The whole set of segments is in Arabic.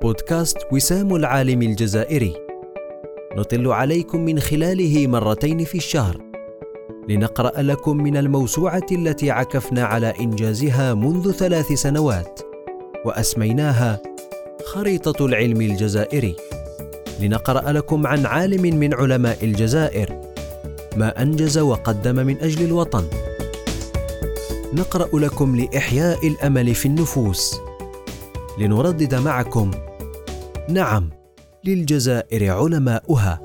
بودكاست وسام العالم الجزائري، نطل عليكم من خلاله مرتين في الشهر لنقرأ لكم من الموسوعة التي عكفنا على إنجازها منذ 3 سنوات وأسميناها خريطة العلم الجزائري، لنقرأ لكم عن عالم من علماء الجزائر ما أنجز وقدم من أجل الوطن. نقرأ لكم لإحياء الأمل في النفوس، لنردد معكم: نعم، للجزائر علماؤها.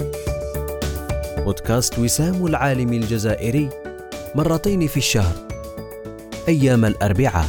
بودكاست وسام العالم الجزائري، مرتين في الشهر، أيام الأربعاء.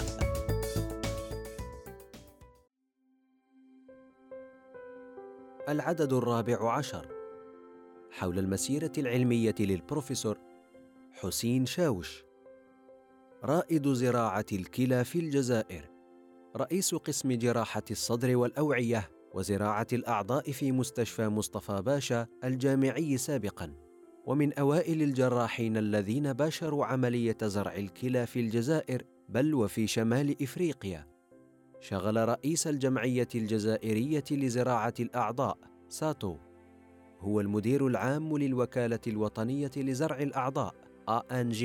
العدد 14 حول المسيرة العلمية للبروفيسور حسين شاوش، رائد زراعة الكلى في الجزائر، رئيس قسم جراحة الصدر والأوعية وزراعة الأعضاء في مستشفى مصطفى باشا الجامعي سابقاً، ومن أوائل الجراحين الذين باشروا عملية زرع الكلى في الجزائر بل وفي شمال إفريقيا. شغل رئيس الجمعية الجزائرية لزراعة الأعضاء ساتو، هو المدير العام للوكالة الوطنية لزرع الأعضاء ANG.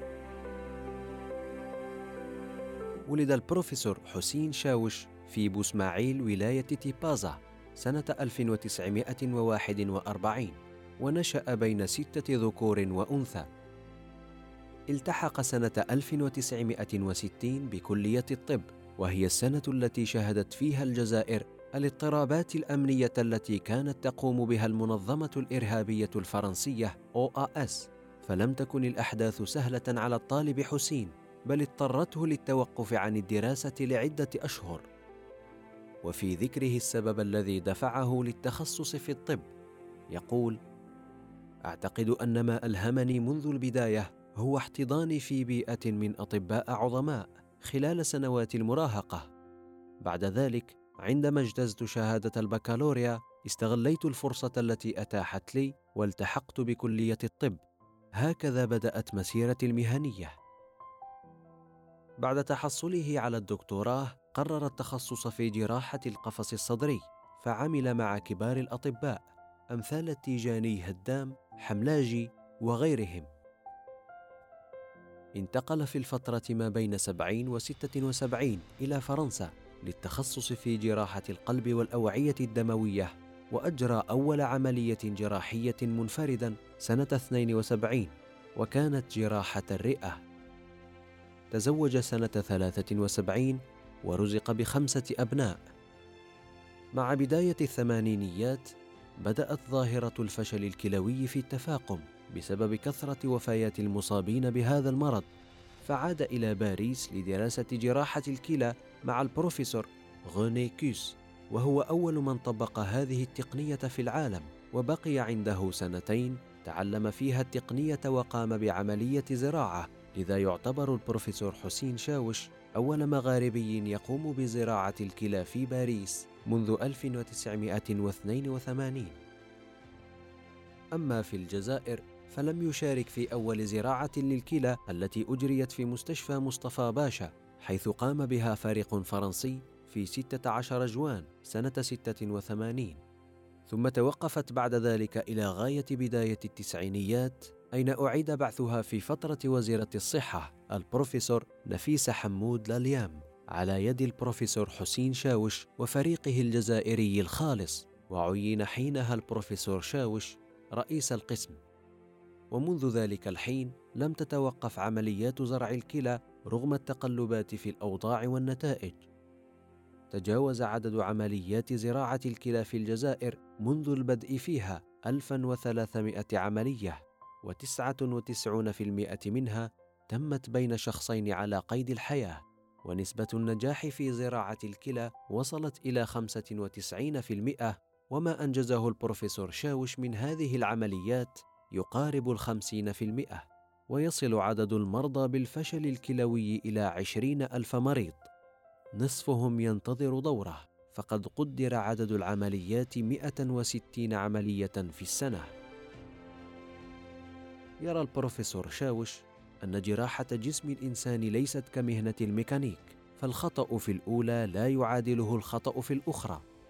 ولد البروفيسور حسين شاوش في بوسماعيل ولاية تيبازا سنة 1941، ونشأ بين 6 ذكور وأنثى. التحق سنة 1960 بكلية الطب، وهي السنة التي شهدت فيها الجزائر الاضطرابات الأمنية التي كانت تقوم بها المنظمة الإرهابية الفرنسية OAS، فلم تكن الأحداث سهلة على الطالب حسين، بل اضطرته للتوقف عن الدراسة لعدة أشهر. وفي ذكره السبب الذي دفعه للتخصص في الطب يقول: أعتقد أن ما ألهمني منذ البداية هو احتضاني في بيئة من أطباء عظماء خلال سنوات المراهقة. بعد ذلك، عندما اجتزت شهادة البكالوريا، استغليت الفرصة التي أتاحت لي والتحقت بكلية الطب. هكذا بدأت مسيرتي المهنية. بعد تحصله على الدكتوراه، قرر التخصص في جراحة القفص الصدري، فعمل مع كبار الأطباء أمثال التيجاني هدام، حملاجي وغيرهم. انتقل في الفترة ما بين 70 و 76 إلى فرنسا للتخصص في جراحة القلب والأوعية الدموية، وأجرى أول عملية جراحية منفردا سنة 72، وكانت جراحة الرئة. تزوج سنة 73 ورزق ب5 أبناء. مع بداية الثمانينيات بدأت ظاهرة الفشل الكلوي في التفاقم بسبب كثرة وفيات المصابين بهذا المرض، فعاد إلى باريس لدراسة جراحة الكلى مع البروفيسور غوني كوس، وهو أول من طبق هذه التقنية في العالم، وبقي عنده 2 سنين تعلم فيها التقنية وقام بعملية زراعة. لذا يعتبر البروفيسور حسين شاوش أول مغاربي يقوم بزراعة الكلى في باريس منذ 1982. أما في الجزائر فلم يشارك في أول زراعة للكلى التي أجريت في مستشفى مصطفى باشا، حيث قام بها فريق فرنسي في 16 جوان سنة 86، ثم توقفت بعد ذلك إلى غاية بداية التسعينيات، أين أعيد بعثها في فترة وزيرة الصحة البروفيسور نفيسة حمود لاليام على يد البروفيسور حسين شاوش وفريقه الجزائري الخالص، وعين حينها البروفيسور شاوش رئيس القسم. ومنذ ذلك الحين لم تتوقف عمليات زرع الكلى رغم التقلبات في الأوضاع والنتائج. تجاوز عدد عمليات زراعة الكلى في الجزائر منذ البدء فيها 1300 عملية، و99% منها تمت بين شخصين على قيد الحياة، ونسبة النجاح في زراعة الكلى وصلت إلى 95%. وما أنجزه البروفيسور شاوش من هذه العمليات يقارب 50%، ويصل عدد المرضى بالفشل الكلوي إلى 20,000 مريض، نصفهم ينتظر دوره، فقد قدر عدد العمليات 160 عملية في السنة. يرى البروفيسور شاوش أن جراحة جسم الإنسان ليست كمهنة الميكانيك، فالخطأ في الأولى لا يعادله الخطأ في الأخرى،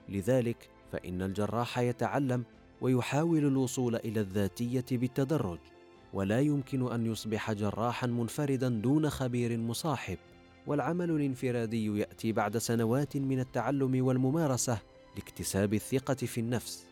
لذلك فإن الجراح يتعلم ويحاول الوصول إلى الذاتية بالتدرج، ولا يمكن أن يصبح جراحاً منفرداً دون خبير مصاحب، والعمل الانفرادي يأتي بعد سنوات من التعلم والممارسة لاكتساب الثقة في النفس.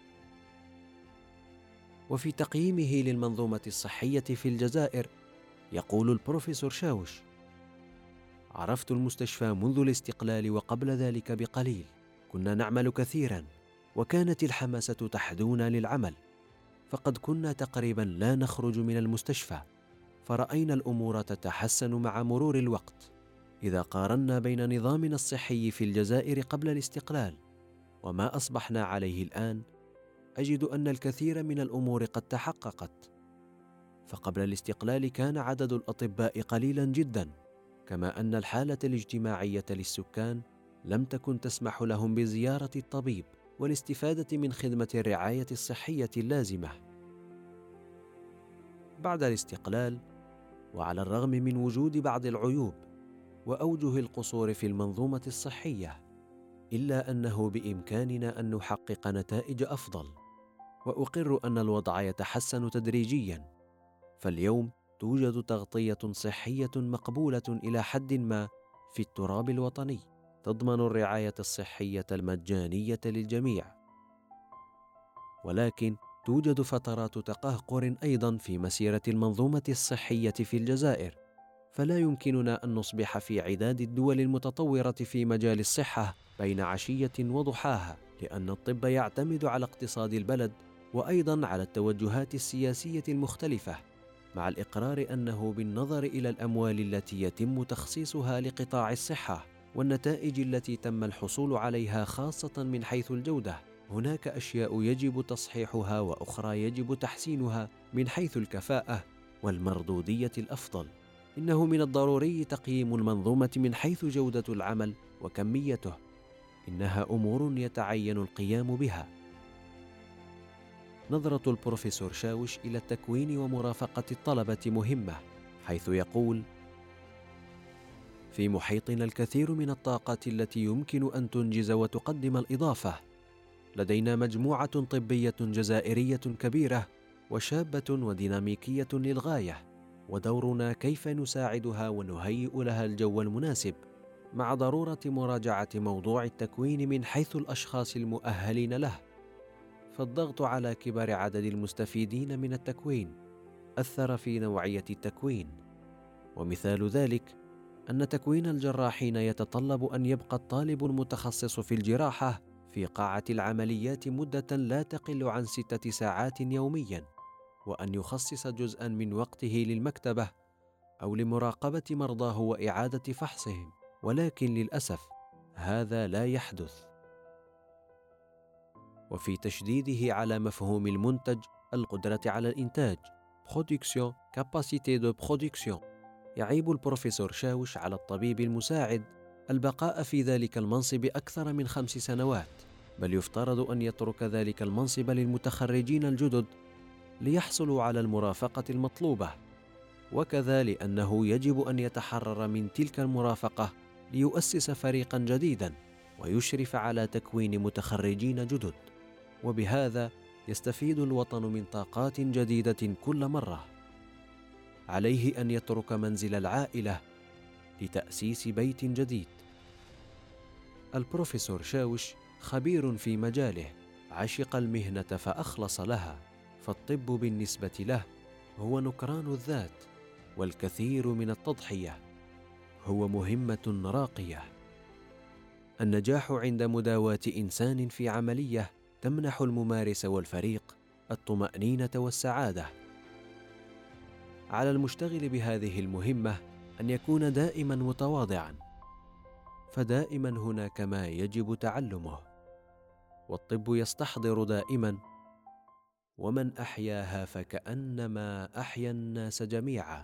وفي تقييمه للمنظومة الصحية في الجزائر يقول البروفيسور شاوش: عرفت المستشفى منذ الاستقلال وقبل ذلك بقليل، كنا نعمل كثيراً وكانت الحماسة تحدونا للعمل، فقد كنا تقريباً لا نخرج من المستشفى، فرأينا الأمور تتحسن مع مرور الوقت. إذا قارنا بين نظامنا الصحي في الجزائر قبل الاستقلال وما أصبحنا عليه الآن، أجد أن الكثير من الأمور قد تحققت. فقبل الاستقلال كان عدد الأطباء قليلاً جداً، كما أن الحالة الاجتماعية للسكان لم تكن تسمح لهم بزيارة الطبيب والاستفادة من خدمة الرعاية الصحية اللازمة. بعد الاستقلال، وعلى الرغم من وجود بعض العيوب وأوجه القصور في المنظومة الصحية، إلا أنه بإمكاننا أن نحقق نتائج أفضل، وأقر أن الوضع يتحسن تدريجياً. فاليوم توجد تغطية صحية مقبولة إلى حد ما في التراب الوطني، تضمن الرعاية الصحية المجانية للجميع. ولكن توجد فترات تقهقر أيضاً في مسيرة المنظومة الصحية في الجزائر، فلا يمكننا أن نصبح في عداد الدول المتطورة في مجال الصحة بين عشية وضحاها، لأن الطب يعتمد على اقتصاد البلد وأيضاً على التوجهات السياسية المختلفة، مع الإقرار أنه بالنظر إلى الأموال التي يتم تخصيصها لقطاع الصحة والنتائج التي تم الحصول عليها خاصة من حيث الجودة، هناك أشياء يجب تصحيحها وأخرى يجب تحسينها من حيث الكفاءة والمردودية الأفضل. إنه من الضروري تقييم المنظومة من حيث جودة العمل وكميته، إنها أمور يتعين القيام بها. نظرة البروفيسور شاوش إلى التكوين ومرافقة الطلبة مهمة، حيث يقول: في محيطنا الكثير من الطاقات التي يمكن أن تنجز وتقدم الإضافة. لدينا مجموعة طبية جزائرية كبيرة وشابة وديناميكية للغاية، ودورنا كيف نساعدها ونهيئ لها الجو المناسب، مع ضرورة مراجعة موضوع التكوين من حيث الأشخاص المؤهلين له. فالضغط على كبار عدد المستفيدين من التكوين أثر في نوعية التكوين، ومثال ذلك أن تكوين الجراحين يتطلب أن يبقى الطالب المتخصص في الجراحة في قاعة العمليات مدة لا تقل عن 6 ساعات يومياً، وأن يخصص جزءاً من وقته للمكتبة أو لمراقبة مرضاه وإعادة فحصهم، ولكن للأسف هذا لا يحدث. وفي تشديده على مفهوم المنتج، القدرة على الإنتاج production capacité de production، يعيب البروفيسور شاوش على الطبيب المساعد البقاء في ذلك المنصب أكثر من 5 سنوات، بل يفترض أن يترك ذلك المنصب للمتخرجين الجدد ليحصلوا على المرافقة المطلوبة، وكذا لأنه يجب أن يتحرر من تلك المرافقة ليؤسس فريقاً جديداً ويشرف على تكوين متخرجين جدد، وبهذا يستفيد الوطن من طاقات جديدة كل مرة. عليه أن يترك منزل العائلة لتأسيس بيت جديد. البروفيسور شاوش خبير في مجاله، عشق المهنة فأخلص لها، فالطب بالنسبة له هو نكران الذات والكثير من التضحية، هو مهمة راقية. النجاح عند مداواة إنسان في عملية تمنح الممارس والفريق الطمأنينة والسعادة. على المشتغل بهذه المهمة أن يكون دائما متواضعا، فدائما هناك ما يجب تعلمه، والطب يستحضر دائما: ومن أحياها فكأنما أحيا الناس جميعا.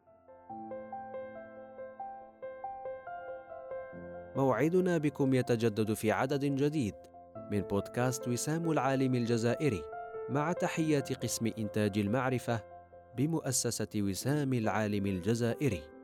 موعدنا بكم يتجدد في عدد جديد من بودكاست وسام العالم الجزائري، مع تحيات قسم إنتاج المعرفة بمؤسسة وسام العالم الجزائري.